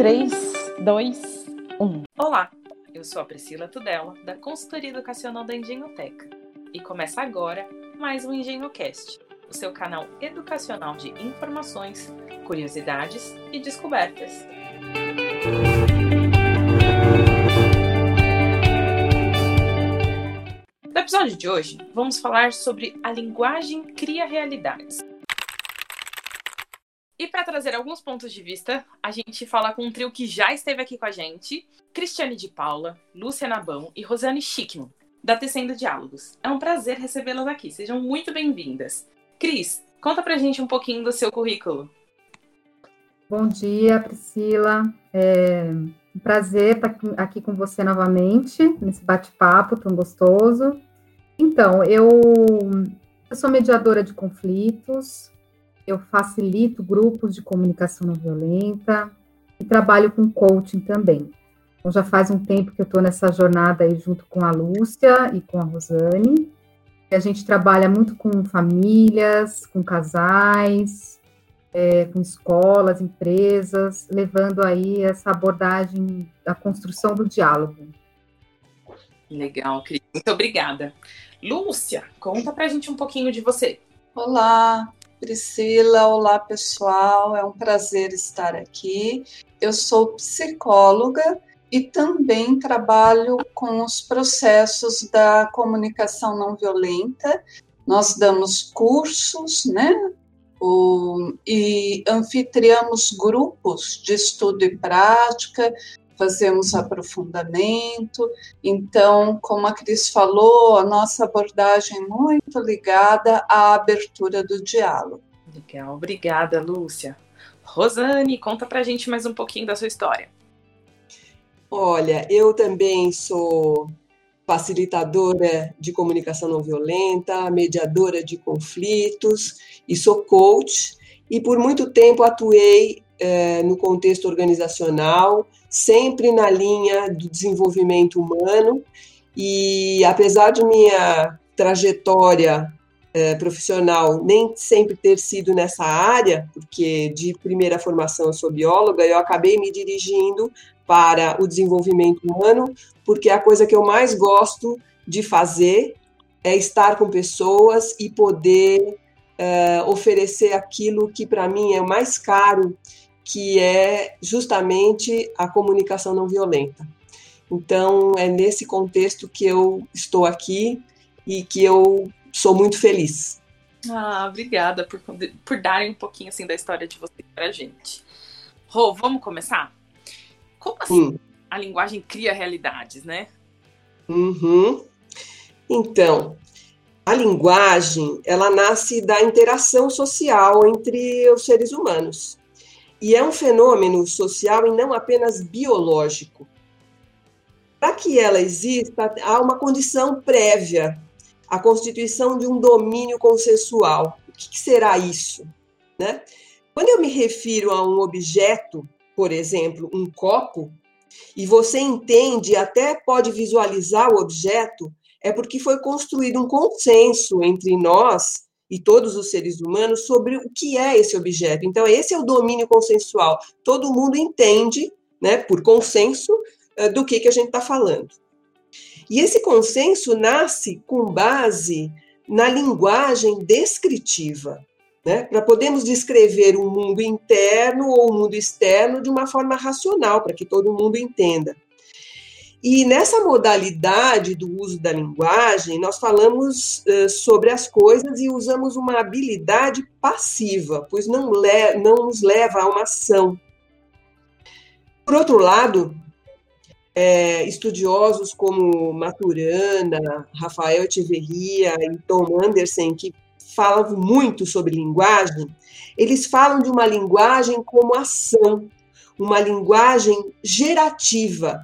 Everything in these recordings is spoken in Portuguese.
3, 2, 1. Olá, eu sou a Priscila Tudela, da Consultoria Educacional da Engenhoteca. E começa agora mais um EngenhoCast, o seu canal educacional de informações, curiosidades e descobertas. No episódio de hoje, vamos falar sobre a linguagem cria realidades. E para trazer alguns pontos de vista, a gente fala com um trio que já esteve aqui com a gente, Cristiane de Paula, Lúcia Nabão e Rosane Schickman, da Tecendo Diálogos. É um prazer recebê-las aqui, sejam muito bem-vindas. Cris, conta pra gente um pouquinho do seu currículo. Bom dia, Priscila. É um prazer estar aqui com você novamente, nesse bate-papo tão gostoso. Então, eu sou mediadora de conflitos, eu facilito grupos de comunicação não violenta e trabalho com coaching também. Então, já faz um tempo que eu estou nessa jornada aí junto com a Lúcia e com a Rosane. A gente trabalha muito com famílias, com casais, com escolas, empresas, levando aí essa abordagem da construção do diálogo. Legal, Cris. Muito obrigada. Lúcia, conta pra gente um pouquinho de você. Olá, Priscila. Olá, pessoal. É um prazer estar aqui. Eu sou psicóloga e também trabalho com os processos da comunicação não violenta. Nós damos cursos, né? E anfitriamos grupos de estudo e prática, fazemos aprofundamento. Então, como a Cris falou, a nossa abordagem é muito ligada à abertura do diálogo. Legal, obrigada, Lúcia. Rosane, conta pra gente mais um pouquinho da sua história. Olha, eu também sou facilitadora de comunicação não violenta, mediadora de conflitos e sou coach. E por muito tempo atuei no contexto organizacional, sempre na linha do desenvolvimento humano. E apesar de minha trajetória profissional nem sempre ter sido nessa área, porque de primeira formação eu sou bióloga, eu acabei me dirigindo para o desenvolvimento humano, porque a coisa que eu mais gosto de fazer é estar com pessoas e poder oferecer aquilo que para mim é o mais caro, que é justamente a comunicação não violenta. Então, é nesse contexto que eu estou aqui e que eu sou muito feliz. Obrigada por darem um pouquinho assim, da história de vocês para a gente. Rô, vamos começar? Como assim a linguagem cria realidades, né? Então, a linguagem, ela nasce da interação social entre os seres humanos. E é um fenômeno social e não apenas biológico. Para que ela exista, há uma condição prévia, a constituição de um domínio consensual. O que será isso, né? Quando eu me refiro a um objeto, por exemplo, um copo, e você entende, até pode visualizar o objeto, é porque foi construído um consenso entre nós e todos os seres humanos sobre o que é esse objeto. Então, esse é o domínio consensual. Todo mundo entende, né, por consenso, do que a gente está falando. E esse consenso nasce com base na linguagem descritiva, né, para podermos descrever o mundo interno ou o mundo externo de uma forma racional, para que todo mundo entenda. E nessa modalidade do uso da linguagem, nós falamos sobre as coisas e usamos uma habilidade passiva, pois não nos leva a uma ação. Por outro lado, estudiosos como Maturana, Rafael Echeverria e Tom Anderson, que falam muito sobre linguagem, eles falam de uma linguagem como ação, uma linguagem generativa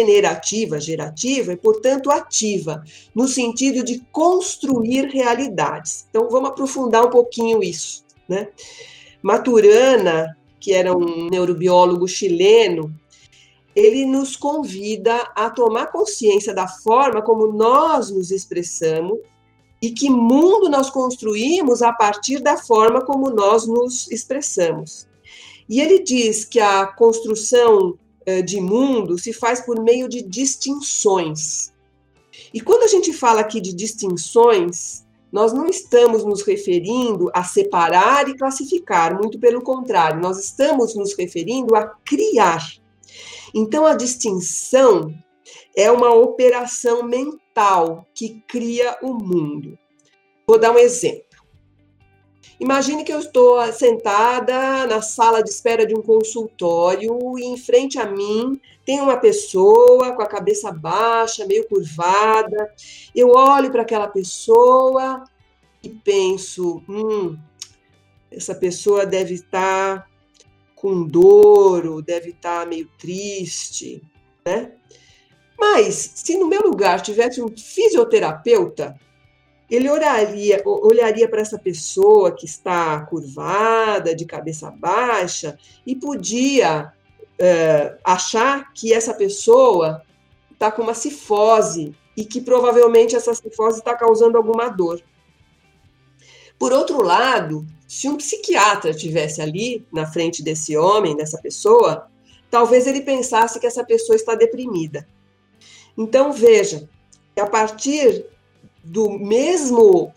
e, portanto, ativa, no sentido de construir realidades. Então, vamos aprofundar um pouquinho isso, né? Maturana, que era um neurobiólogo chileno, ele nos convida a tomar consciência da forma como nós nos expressamos e que mundo nós construímos a partir da forma como nós nos expressamos. E ele diz que a construção de mundo se faz por meio de distinções. E quando a gente fala aqui de distinções, nós não estamos nos referindo a separar e classificar, muito pelo contrário, nós estamos nos referindo a criar. Então, a distinção é uma operação mental que cria o mundo. Vou dar um exemplo. Imagine que eu estou sentada na sala de espera de um consultório e em frente a mim tem uma pessoa com a cabeça baixa, meio curvada. Eu olho para aquela pessoa e penso, essa pessoa deve estar com dor, ou deve estar meio triste, né? Mas, se no meu lugar tivesse um fisioterapeuta, ele olharia para essa pessoa que está curvada, de cabeça baixa, e podia achar que essa pessoa está com uma cifose e que provavelmente essa cifose está causando alguma dor. Por outro lado, se um psiquiatra estivesse ali na frente desse homem, dessa pessoa, talvez ele pensasse que essa pessoa está deprimida. Então, veja, a partir do mesmo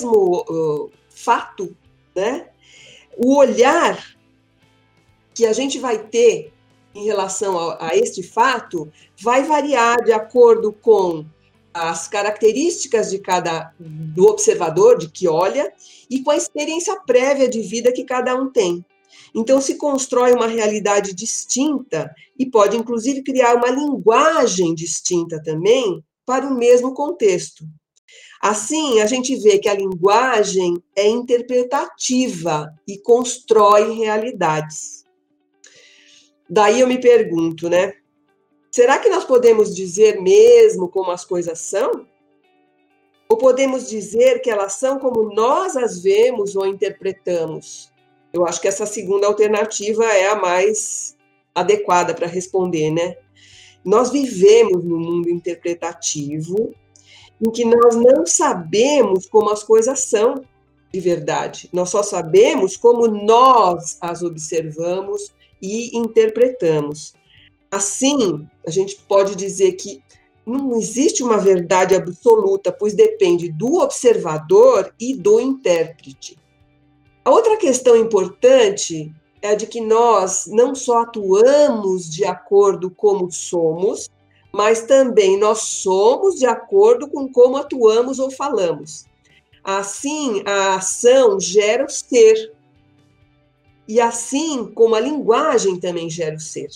fato, né, o olhar que a gente vai ter em relação a este fato vai variar de acordo com as características do observador, de que olha, e com a experiência prévia de vida que cada um tem. Então, se constrói uma realidade distinta e pode, inclusive, criar uma linguagem distinta também para o mesmo contexto. Assim, a gente vê que a linguagem é interpretativa e constrói realidades. Daí eu me pergunto, né? Será que nós podemos dizer mesmo como as coisas são? Ou podemos dizer que elas são como nós as vemos ou interpretamos? Eu acho que essa segunda alternativa é a mais adequada para responder, né? Nós vivemos num mundo interpretativo em que nós não sabemos como as coisas são de verdade. Nós só sabemos como nós as observamos e interpretamos. Assim, a gente pode dizer que não existe uma verdade absoluta, pois depende do observador e do intérprete. A outra questão importante é a de que nós não só atuamos de acordo com como somos, mas também nós somos de acordo com como atuamos ou falamos. Assim, a ação gera o ser. E assim como a linguagem também gera o ser.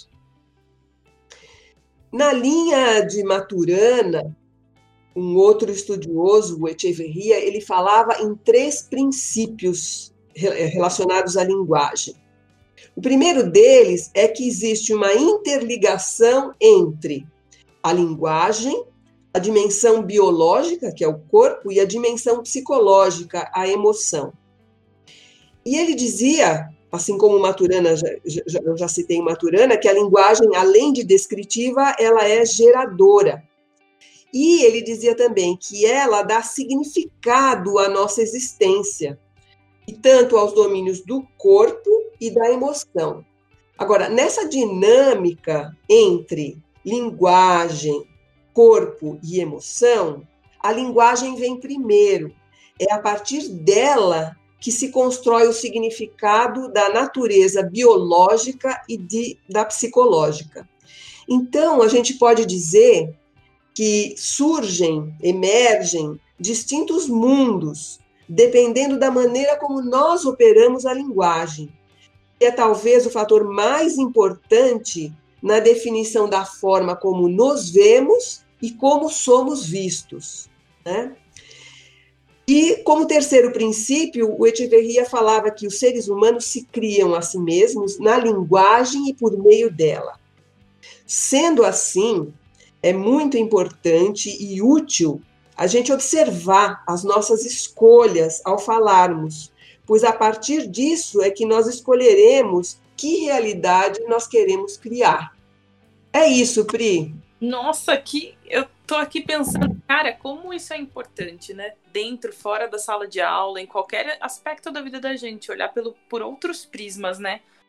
Na linha de Maturana, um outro estudioso, o Echeverria, ele falava em 3 princípios relacionados à linguagem. O primeiro deles é que existe uma interligação entre a linguagem, a dimensão biológica, que é o corpo, e a dimensão psicológica, a emoção. E ele dizia, assim como Maturana, eu já citei Maturana, que a linguagem, além de descritiva, ela é geradora. E ele dizia também que ela dá significado à nossa existência, e tanto aos domínios do corpo e da emoção. Agora, nessa dinâmica entre linguagem, corpo e emoção, a linguagem vem primeiro. É a partir dela que se constrói o significado da natureza biológica e da psicológica. Então, a gente pode dizer que emergem distintos mundos, dependendo da maneira como nós operamos a linguagem, que é talvez o fator mais importante na definição da forma como nos vemos e como somos vistos, né? E, como terceiro princípio, o Echeverria falava que os seres humanos se criam a si mesmos na linguagem e por meio dela. Sendo assim, é muito importante e útil a gente observar as nossas escolhas ao falarmos, pois a partir disso é que nós escolheremos que realidade nós queremos criar. É isso, Pri. Nossa, eu tô aqui pensando, cara, como isso é importante, né? Dentro, fora da sala de aula, em qualquer aspecto da vida da gente, olhar por outros prismas, né?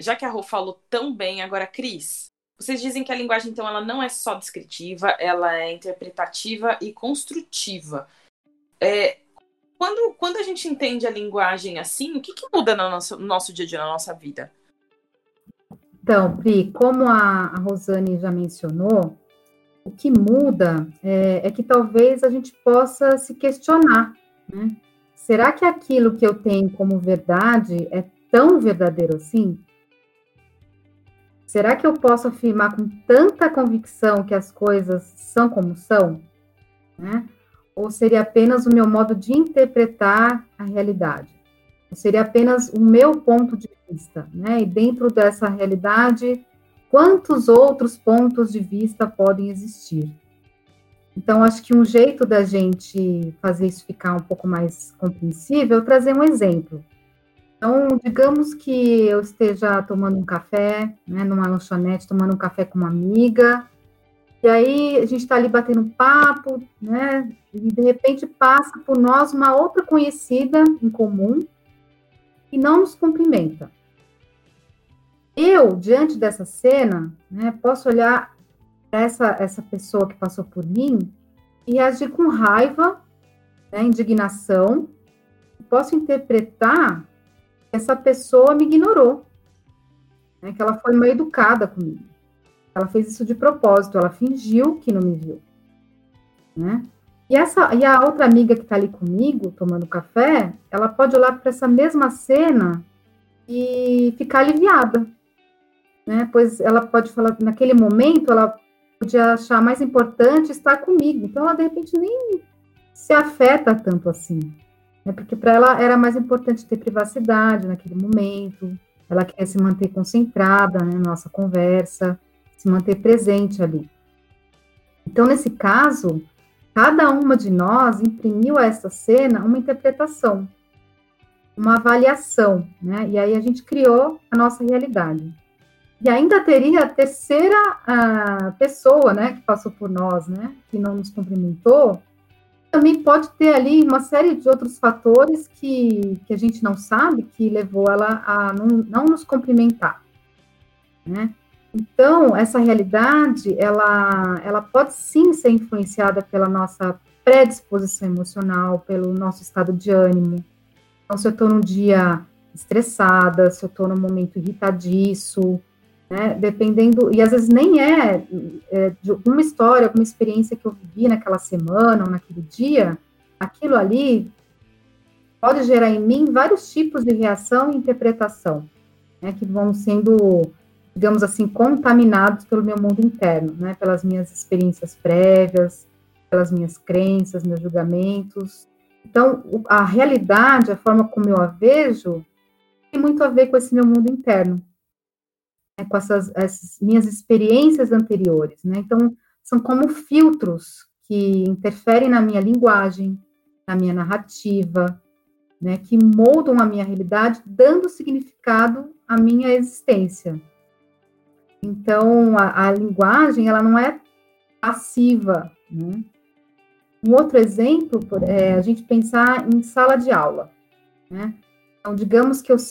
já que a Rô falou tão bem, agora, Cris, vocês dizem que a linguagem, então, ela não é só descritiva, ela é interpretativa e construtiva. Quando a gente entende a linguagem assim, o que muda no nosso dia a dia, na nossa vida? Então, Pri, como a Rosane já mencionou, o que muda é que talvez a gente possa se questionar, né? Será que aquilo que eu tenho como verdade é tão verdadeiro assim? Será que eu posso afirmar com tanta convicção que as coisas são como são, né? Ou seria apenas o meu modo de interpretar a realidade? Ou seria apenas o meu ponto de vista, né? E dentro dessa realidade, quantos outros pontos de vista podem existir? Então, acho que um jeito da gente fazer isso ficar um pouco mais compreensível é trazer um exemplo. Então, digamos que eu esteja tomando um café, né, numa lanchonete, tomando um café com uma amiga, e aí a gente está ali batendo um papo, né, e de repente passa por nós uma outra conhecida em comum e não nos cumprimenta. Eu, diante dessa cena, né, posso olhar para essa pessoa que passou por mim e reagir com raiva, né, indignação, posso interpretar que essa pessoa me ignorou, né, que ela foi mal educada comigo. Ela fez isso de propósito, ela fingiu que não me viu, né? E a outra amiga que está ali comigo, tomando café, ela pode olhar para essa mesma cena e ficar aliviada, né? Pois ela pode falar, naquele momento, ela podia achar mais importante estar comigo. Então, ela, de repente, nem se afeta tanto assim, né? Porque para ela era mais importante ter privacidade naquele momento, ela quer se manter concentrada, né, na nossa conversa, se manter presente ali. Então, nesse caso, cada uma de nós imprimiu a essa cena uma interpretação, uma avaliação, né? E aí a gente criou a nossa realidade. E ainda teria a terceira pessoa, né, que passou por nós, né, que não nos cumprimentou, também pode ter ali uma série de outros fatores que a gente não sabe, que levou ela a não nos cumprimentar, né? Então, essa realidade, ela pode sim ser influenciada pela nossa predisposição emocional, pelo nosso estado de ânimo. Então, se eu estou num dia estressada, se eu estou num momento irritadiço, né, dependendo, e às vezes nem é de uma história, alguma experiência que eu vivi naquela semana ou naquele dia, aquilo ali pode gerar em mim vários tipos de reação e interpretação, né, que vão sendo, digamos assim, contaminados pelo meu mundo interno, né, pelas minhas experiências prévias, pelas minhas crenças, meus julgamentos. Então, a realidade, a forma como eu a vejo, tem muito a ver com esse meu mundo interno, né, com essas minhas experiências anteriores, né? Então, são como filtros que interferem na minha linguagem, na minha narrativa, né, que moldam a minha realidade, dando significado à minha existência. Então, a linguagem, ela não é passiva, né? Um outro exemplo é a gente pensar em sala de aula, né? Então, digamos que eu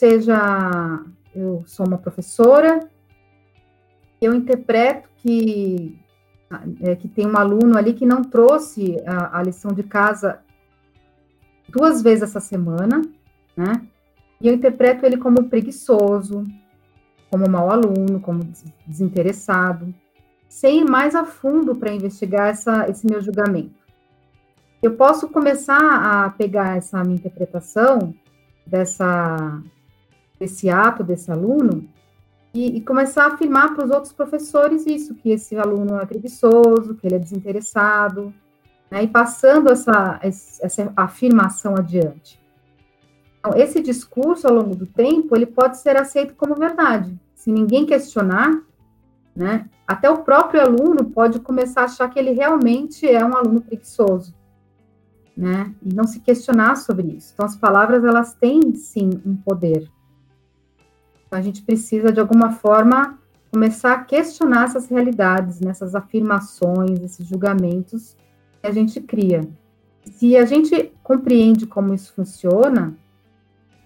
sou uma professora, eu interpreto que tem um aluno ali que não trouxe a lição de casa 2 vezes essa semana, né? E eu interpreto ele como preguiçoso, como mau aluno, como desinteressado, sem ir mais a fundo para investigar esse meu julgamento. Eu posso começar a pegar essa minha interpretação desse ato, desse aluno, e começar a afirmar para os outros professores isso, que esse aluno é preguiçoso, que ele é desinteressado, né, e passando essa afirmação adiante. Então, esse discurso, ao longo do tempo, ele pode ser aceito como verdade. Se ninguém questionar, né, até o próprio aluno pode começar a achar que ele realmente é um aluno preguiçoso, né, e não se questionar sobre isso. Então, as palavras, elas têm, sim, um poder. Então, a gente precisa, de alguma forma, começar a questionar essas realidades, nessas afirmações, esses julgamentos que a gente cria. Se a gente compreende como isso funciona,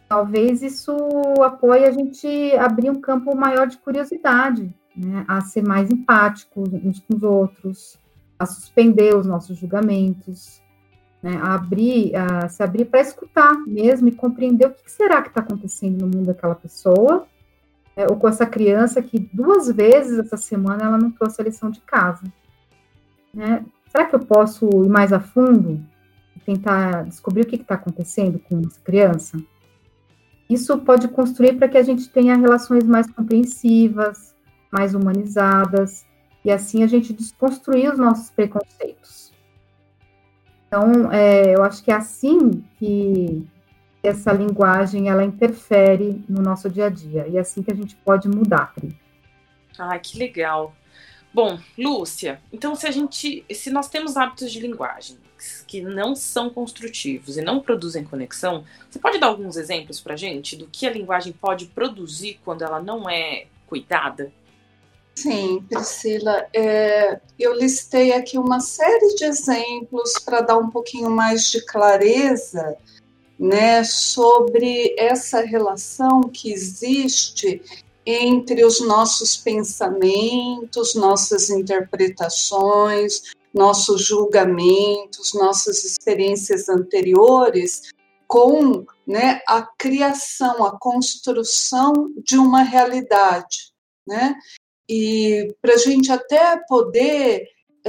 talvez isso apoie a gente abrir um campo maior de curiosidade, né? A ser mais empático uns com os outros, a suspender os nossos julgamentos, né? A se abrir para escutar mesmo e compreender o que será que está acontecendo no mundo daquela pessoa, ou com essa criança que 2 vezes essa semana ela não trouxe a lição de casa, né? Será que eu posso ir mais a fundo e tentar descobrir o que está acontecendo com essa criança? Isso pode construir para que a gente tenha relações mais compreensivas, mais humanizadas, e assim a gente desconstruir os nossos preconceitos. Então, eu acho que é assim que essa linguagem, ela interfere no nosso dia a dia, e é assim que a gente pode mudar, Pri. Ai, que legal. Bom, Lúcia, então se nós temos hábitos de linguagem que não são construtivos e não produzem conexão, você pode dar alguns exemplos pra gente do que a linguagem pode produzir quando ela não é cuidada? Sim, Priscila, eu listei aqui uma série de exemplos para dar um pouquinho mais de clareza, né, sobre essa relação que existe entre os nossos pensamentos, nossas interpretações, nossos julgamentos, nossas experiências anteriores, com, né, a criação, a construção de uma realidade, né? E para a gente até poder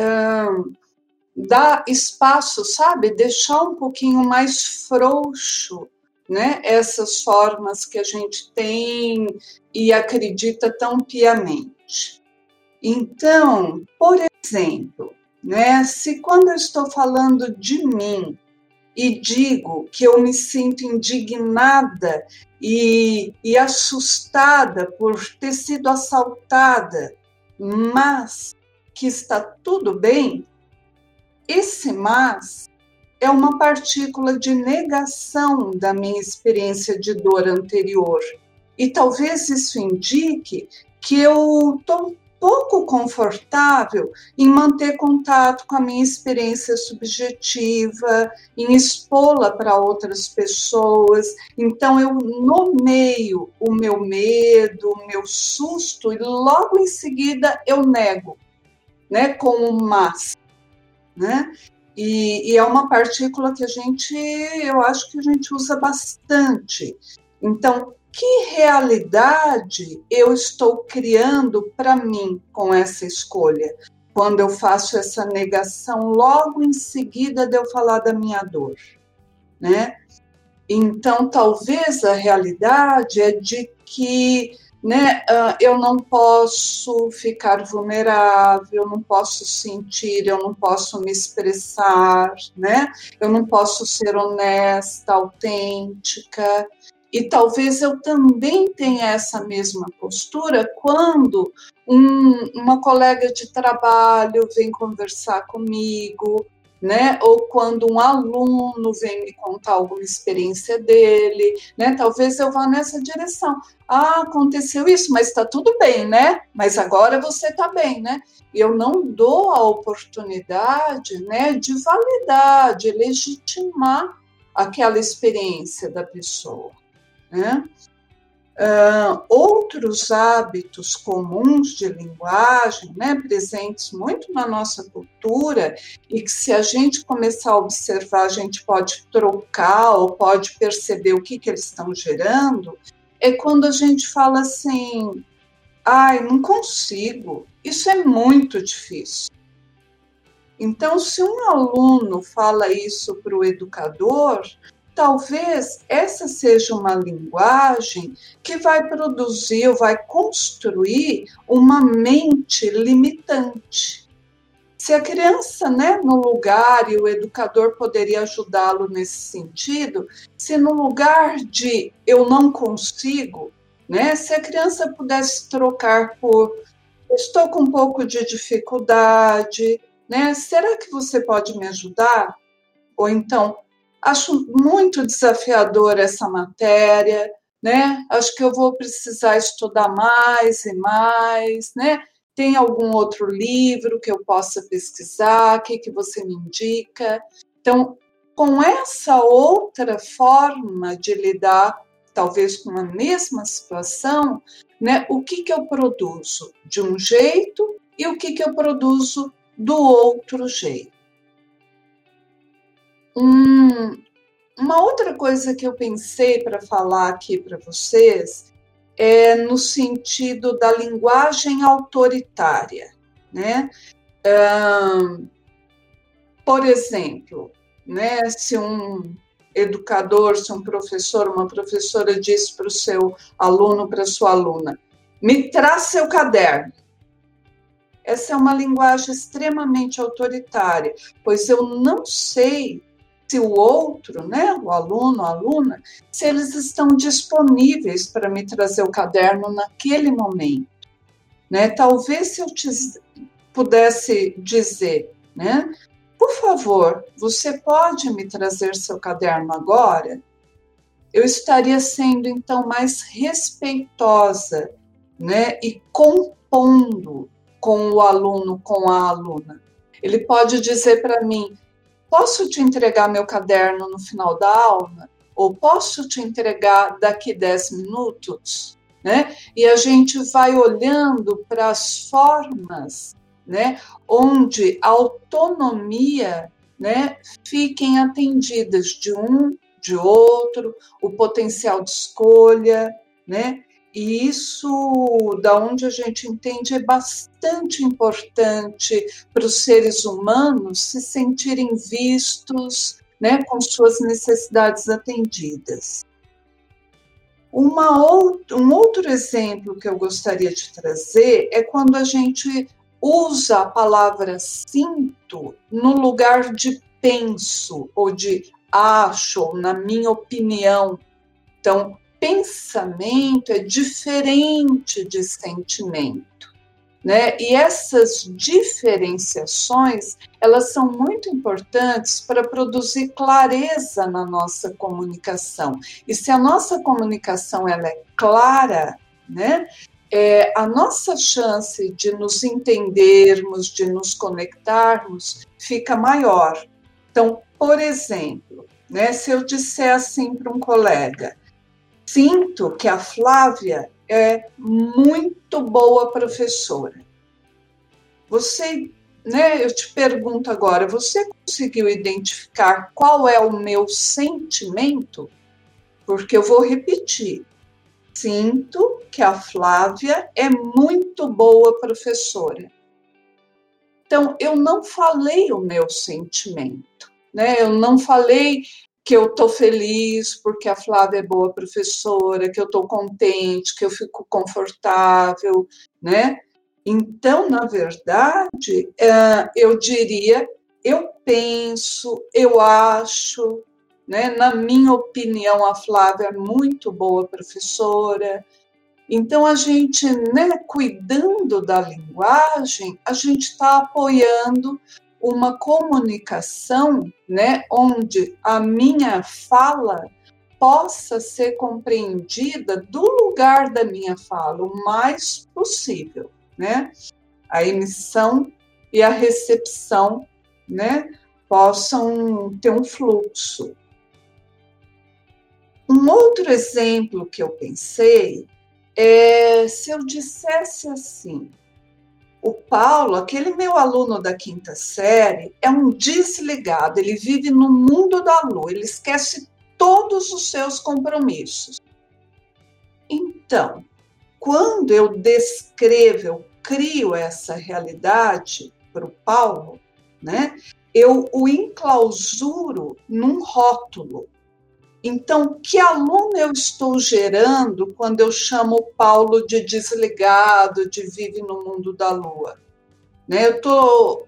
dar espaço, sabe? Deixar um pouquinho mais frouxo, né? Essas formas que a gente tem e acredita tão piamente. Então, por exemplo, né? Se quando eu estou falando de mim e digo que eu me sinto indignada e assustada por ter sido assaltada, mas que está tudo bem, esse mas é uma partícula de negação da minha experiência de dor anterior. E talvez isso indique que eu estou pouco confortável em manter contato com a minha experiência subjetiva, em expô-la para outras pessoas. Então, eu nomeio o meu medo, o meu susto, e logo em seguida eu nego, né, com o mas, né? E é uma partícula que eu acho que a gente usa bastante. Então, que realidade eu estou criando para mim com essa escolha? Quando eu faço essa negação, logo em seguida de eu falar da minha dor, né? Então, talvez a realidade é de que, né, eu não posso ficar vulnerável, eu não posso sentir, eu não posso me expressar, né? Eu não posso ser honesta, autêntica. E talvez eu também tenha essa mesma postura quando uma colega de trabalho vem conversar comigo, né? Ou quando um aluno vem me contar alguma experiência dele, né? Talvez eu vá nessa direção. Ah, aconteceu isso, mas está tudo bem, né? Mas agora você está bem, né? Eu não dou a oportunidade, né, de validar, de legitimar aquela experiência da pessoa, né? Outros hábitos comuns de linguagem, né, presentes muito na nossa cultura e que, se a gente começar a observar, a gente pode trocar ou pode perceber o que eles estão gerando, é quando a gente fala assim: ai, não consigo, isso é muito difícil. Então, se um aluno fala isso para o educador, talvez essa seja uma linguagem que vai produzir ou vai construir uma mente limitante. Se a criança, né, no lugar, e o educador poderia ajudá-lo nesse sentido, se no lugar de eu não consigo, né, se a criança pudesse trocar por estou com um pouco de dificuldade, né, será que você pode me ajudar? Ou então, acho muito desafiadora essa matéria, né? Acho que eu vou precisar estudar mais e mais, né? Tem algum outro livro que eu possa pesquisar? O que você me indica? Então, com essa outra forma de lidar talvez com a mesma situação, né, o que eu produzo de um jeito e o que eu produzo do outro jeito. Uma outra coisa que eu pensei para falar aqui para vocês é no sentido da linguagem autoritária, né? Por exemplo, né, se um educador, se um professor, uma professora diz para o seu aluno, para a sua aluna, me traz seu caderno. Essa é uma linguagem extremamente autoritária, pois eu não sei se o outro, né, o aluno, a aluna, se eles estão disponíveis para me trazer o caderno naquele momento, né? Talvez se eu pudesse dizer, né, por favor, você pode me trazer seu caderno agora? Eu estaria sendo, então, mais respeitosa, né, e compondo com o aluno, com a aluna. Ele pode dizer para mim, posso te entregar meu caderno no final da aula? Ou posso te entregar daqui 10 minutos? Né? E a gente vai olhando para as formas, né, onde a autonomia, né, fiquem atendidas de um, de outro, o potencial de escolha, né? E isso, da onde a gente entende, é bastante importante para os seres humanos se sentirem vistos, né, com suas necessidades atendidas. Um outro exemplo que eu gostaria de trazer é quando a gente usa a palavra sinto no lugar de penso, ou de acho, ou na minha opinião. Então, pensamento é diferente de sentimento, né? E essas diferenciações, elas são muito importantes para produzir clareza na nossa comunicação. E se a nossa comunicação ela é clara, né, a nossa chance de nos entendermos, de nos conectarmos, fica maior. Então, por exemplo, né, se eu disser assim para um colega, sinto que a Flávia é muito boa professora. Você, né, eu te pergunto agora, você conseguiu identificar qual é o meu sentimento? Porque eu vou repetir. Sinto que a Flávia é muito boa professora. Então, eu não falei o meu sentimento, né? Eu não falei que eu estou feliz porque a Flávia é boa professora, que eu estou contente, que eu fico confortável, né? Então, na verdade, eu diria, eu penso, eu acho, né? Na minha opinião, a Flávia é muito boa professora. Então, a gente, né, cuidando da linguagem, a gente está apoiando uma comunicação, né, onde a minha fala possa ser compreendida do lugar da minha fala, o mais possível, né? A emissão e a recepção, né, possam ter um fluxo. Um outro exemplo que eu pensei é se eu dissesse assim, o Paulo, aquele meu aluno da 5ª série, é um desligado, ele vive no mundo da lua, ele esquece todos os seus compromissos. Então, quando eu descrevo, eu crio essa realidade para o Paulo, né, eu o enclausuro num rótulo. Então, que aluno eu estou gerando quando eu chamo o Paulo de desligado, de vive no mundo da lua? Né? Eu estou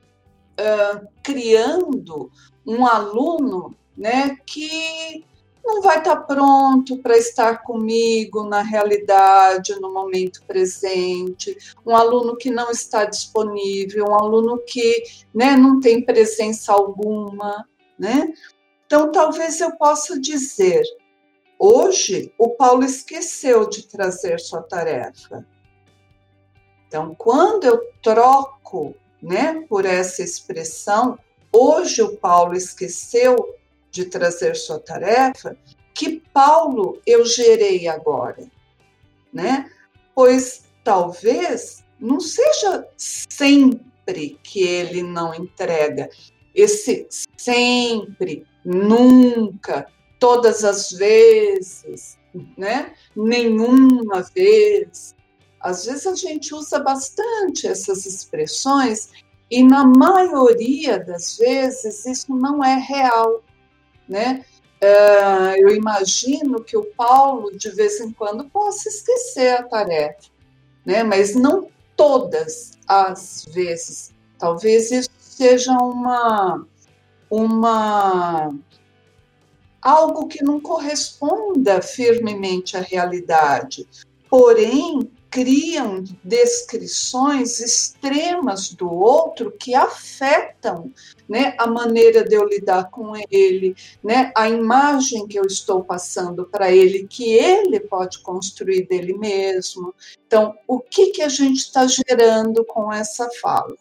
criando um aluno, né, que não vai estar pronto para estar comigo na realidade, no momento presente, um aluno que não está disponível, um aluno que, né, não tem presença alguma, né? Então, talvez eu possa dizer, hoje o Paulo esqueceu de trazer sua tarefa. Então, quando eu troco, né, por essa expressão, hoje o Paulo esqueceu de trazer sua tarefa, que Paulo eu gerei agora, né? Pois talvez não seja sempre que ele não entrega. Esse sempre, nunca, todas as vezes, né? Nenhuma vez. Às vezes a gente usa bastante essas expressões e na maioria das vezes isso não é real, né? Eu imagino que o Paulo de vez em quando possa esquecer a tarefa, né? Mas não todas as vezes. Talvez isso seja algo que não corresponda firmemente à realidade, porém criam descrições extremas do outro que afetam, né, a maneira de eu lidar com ele, né, a imagem que eu estou passando para ele, que ele pode construir dele mesmo. Então, o que a gente está gerando com essa fala?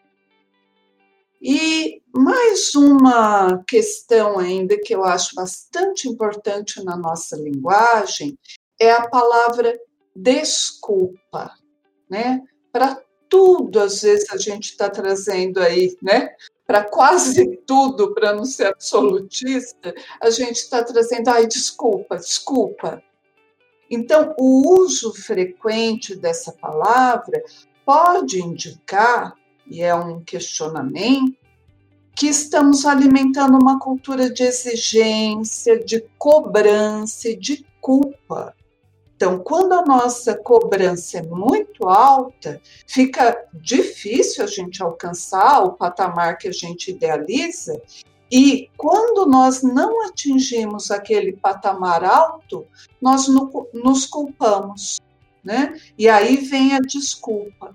E mais uma questão ainda que eu acho bastante importante na nossa linguagem é a palavra desculpa, né? Para tudo, às vezes, a gente está trazendo aí, né? Para quase tudo, para não ser absolutista, a gente está trazendo, desculpa, desculpa. Então, o uso frequente dessa palavra pode indicar, e é um questionamento, que estamos alimentando uma cultura de exigência, de cobrança e de culpa. Então, quando a nossa cobrança é muito alta, fica difícil a gente alcançar o patamar que a gente idealiza, e quando nós não atingimos aquele patamar alto, nós nos culpamos, né? E aí vem a desculpa.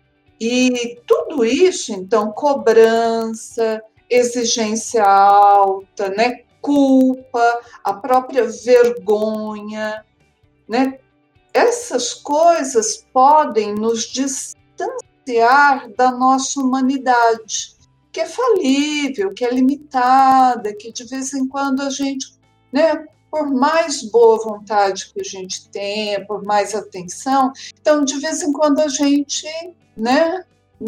E tudo isso, então, cobrança, exigência alta, né? Culpa, a própria vergonha, né? Essas coisas podem nos distanciar da nossa humanidade, que é falível, que é limitada, que de vez em quando a gente, né, por mais boa vontade que a gente tenha, por mais atenção, então de vez em quando a gente, né,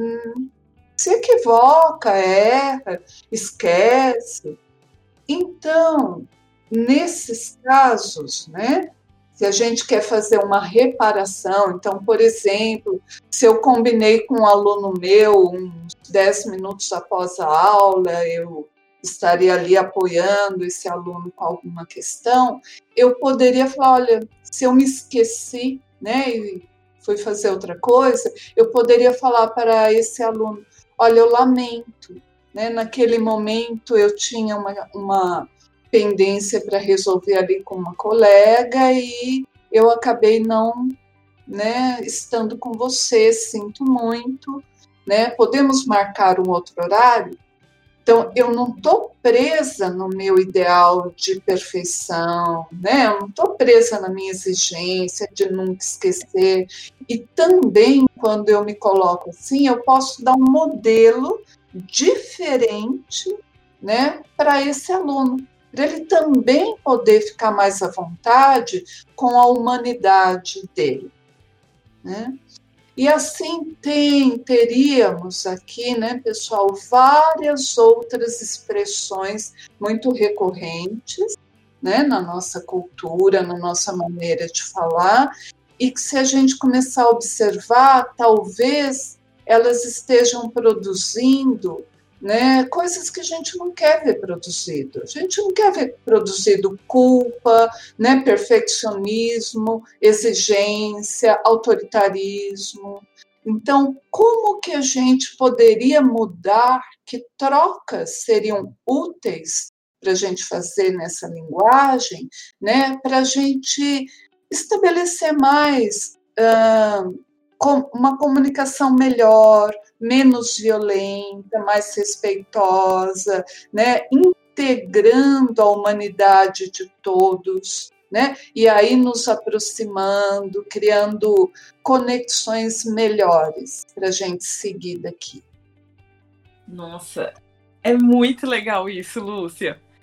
se equivoca, erra, esquece. Então, nesses casos, né, se a gente quer fazer uma reparação, então, por exemplo, se eu combinei com um aluno meu, uns 10 minutos após a aula, eu estaria ali apoiando esse aluno com alguma questão, eu poderia falar, olha, se eu me esqueci, né, e fui fazer outra coisa, eu poderia falar para esse aluno, olha, eu lamento, né, naquele momento eu tinha uma pendência para resolver ali com uma colega e eu acabei não, né, estando com você, sinto muito, né, podemos marcar um outro horário? Então, eu não estou presa no meu ideal de perfeição, né, eu não estou presa na minha exigência de nunca esquecer, e também, quando eu me coloco assim, eu posso dar um modelo diferente, né, para esse aluno, para ele também poder ficar mais à vontade com a humanidade dele, né? E assim teríamos aqui, né, pessoal, várias outras expressões muito recorrentes, né, na nossa cultura, na nossa maneira de falar, e que se a gente começar a observar, talvez elas estejam produzindo, né, coisas que a gente não quer ver produzido. A gente não quer ver produzido culpa, né, perfeccionismo, exigência, autoritarismo. Então, como que a gente poderia mudar? Que trocas seriam úteis para a gente fazer nessa linguagem, né, para a gente estabelecer mais uma comunicação melhor, menos violenta, mais respeitosa, né? Integrando a humanidade de todos, né? E aí nos aproximando, criando conexões melhores para a gente seguir daqui. Nossa, é muito legal isso, Lúcia.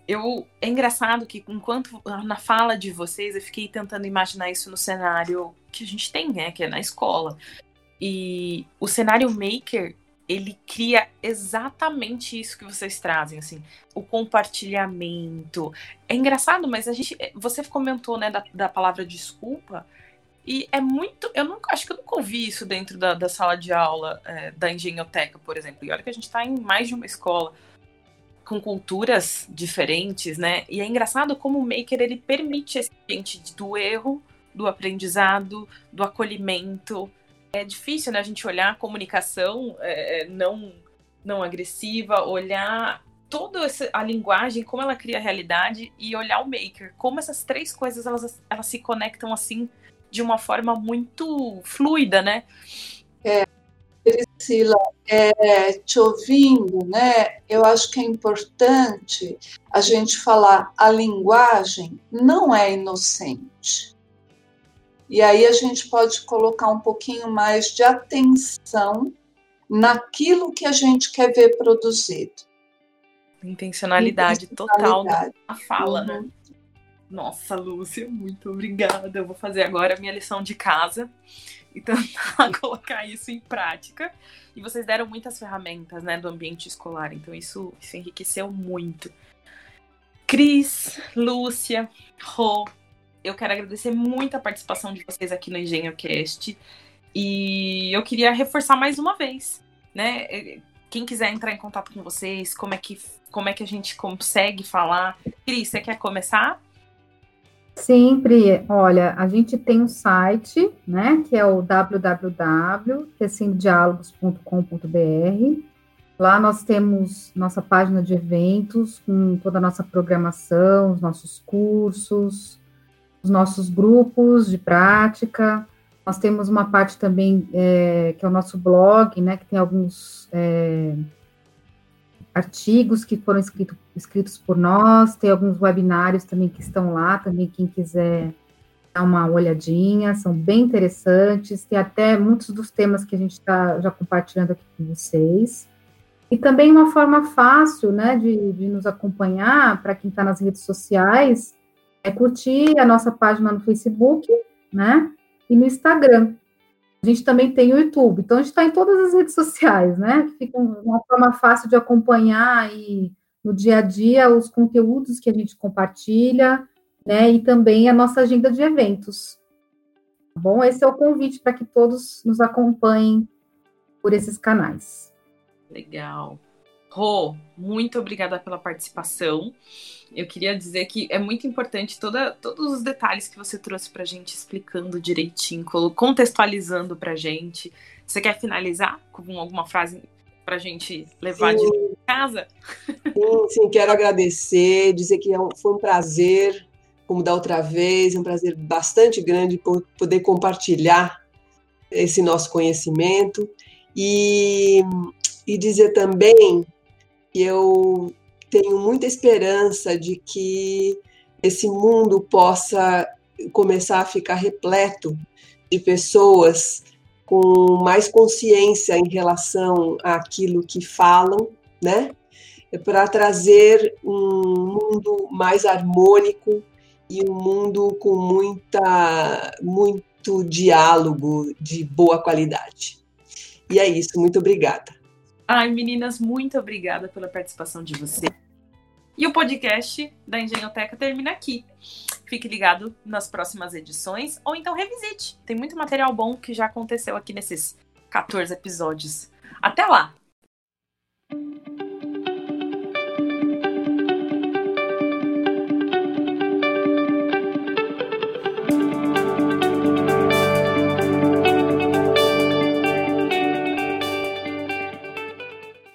É engraçado que enquanto na fala de vocês eu fiquei tentando imaginar isso no cenário que a gente tem, né, que é na escola. E o cenário maker, ele cria exatamente isso que vocês trazem, assim, o compartilhamento. É engraçado, mas você comentou, né, da palavra desculpa, e é muito, acho que eu nunca ouvi isso dentro da sala de aula da engenhoteca, por exemplo. E olha que a gente está em mais de uma escola com culturas diferentes, né? E é engraçado como o maker, ele permite esse ambiente do erro, do aprendizado, do acolhimento. É difícil, né, a gente olhar a comunicação não agressiva, olhar toda a linguagem, como ela cria a realidade, e olhar o maker, como essas três coisas elas se conectam assim de uma forma muito fluida, né? Priscila, te ouvindo, né? Eu acho que é importante a gente falar, a linguagem não é inocente. E aí a gente pode colocar um pouquinho mais de atenção naquilo que a gente quer ver produzido. Intencionalidade total da fala, né? Nossa, Lúcia, muito obrigada. Eu vou fazer agora a minha lição de casa e tentar colocar isso em prática. E vocês deram muitas ferramentas, né, do ambiente escolar, então isso enriqueceu muito. Cris, Lúcia, Rô, eu quero agradecer muito a participação de vocês aqui no EngenhoCast. E eu queria reforçar mais uma vez, né? Quem quiser entrar em contato com vocês, como é que a gente consegue falar? Cris, você quer começar? Sempre, olha, a gente tem um site, né, que é o www.tecendodialogos.com.br. Lá nós temos nossa página de eventos, com toda a nossa programação, os nossos cursos, os nossos grupos de prática. Nós temos uma parte também, que é o nosso blog, né, que tem alguns artigos que foram escritos por nós, tem alguns webinários também que estão lá, também quem quiser dar uma olhadinha, são bem interessantes, tem até muitos dos temas que a gente está já compartilhando aqui com vocês. E também uma forma fácil, né, de nos acompanhar, para quem está nas redes sociais, é curtir a nossa página no Facebook, né, e no Instagram. A gente também tem o YouTube, então a gente está em todas as redes sociais, né? Que fica uma forma fácil de acompanhar e no dia a dia os conteúdos que a gente compartilha, né? E também a nossa agenda de eventos. Tá bom? Esse é o convite para que todos nos acompanhem por esses canais. Legal. Rô, muito obrigada pela participação. Eu queria dizer que é muito importante todos os detalhes que você trouxe pra gente, explicando direitinho, contextualizando pra gente. Você quer finalizar com alguma frase pra gente levar de casa? Sim, quero agradecer, dizer que foi um prazer, como da outra vez, um prazer bastante grande poder compartilhar esse nosso conhecimento e dizer também que eu tenho muita esperança de que esse mundo possa começar a ficar repleto de pessoas com mais consciência em relação àquilo que falam, né? Para trazer um mundo mais harmônico e um mundo com muito diálogo de boa qualidade. E é isso, muito obrigada. Ai, meninas, muito obrigada pela participação de vocês. E o podcast da Engenhoteca termina aqui. Fique ligado nas próximas edições, ou então revisite. Tem muito material bom que já aconteceu aqui nesses 14 episódios. Até lá!